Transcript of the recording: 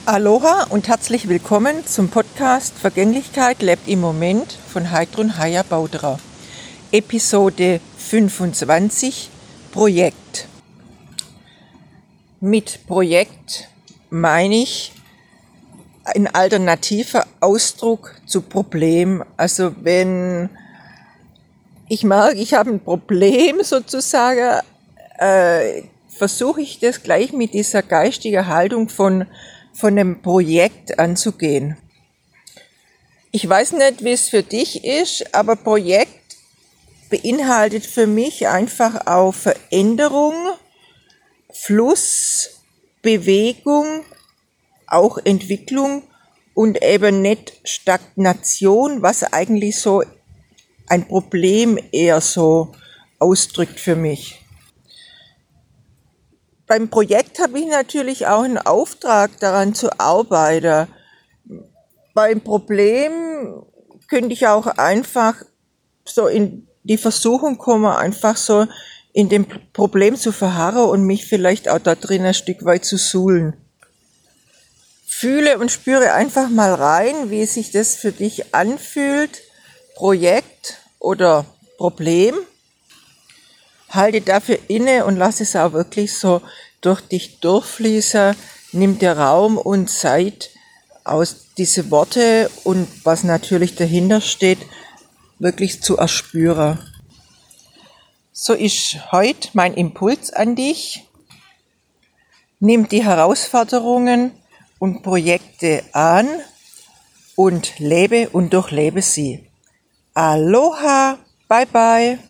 Aloha und herzlich willkommen zum Podcast Vergänglichkeit lebt im Moment von Heidrun Heyer-Bauderer. Episode 25 Projekt. Mit Projekt meine ich ein alternativer Ausdruck zu Problem. Also wenn ich merke, ich habe ein Problem sozusagen, versuche ich das gleich mit dieser geistigen Haltung von einem Projekt anzugehen. Ich weiß nicht, wie es für dich ist, aber Projekt beinhaltet für mich einfach auch Veränderung, Fluss, Bewegung, auch Entwicklung und eben nicht Stagnation, was eigentlich so ein Problem eher so ausdrückt für mich. Beim Projekt habe ich natürlich auch einen Auftrag, daran zu arbeiten. Beim Problem könnte ich auch einfach so in die Versuchung kommen, einfach so in dem Problem zu verharren und mich vielleicht auch da drin ein Stück weit zu suhlen. Fühle und spüre einfach mal rein, wie sich das für dich anfühlt, Projekt oder Problem. Halte dafür inne und lass es auch wirklich so durch dich durchfließen. Nimm dir Raum und Zeit aus diese Worte und was natürlich dahinter steht, wirklich zu erspüren. So ist heute mein Impuls an dich. Nimm die Herausforderungen und Projekte an und lebe und durchlebe sie. Aloha, bye bye.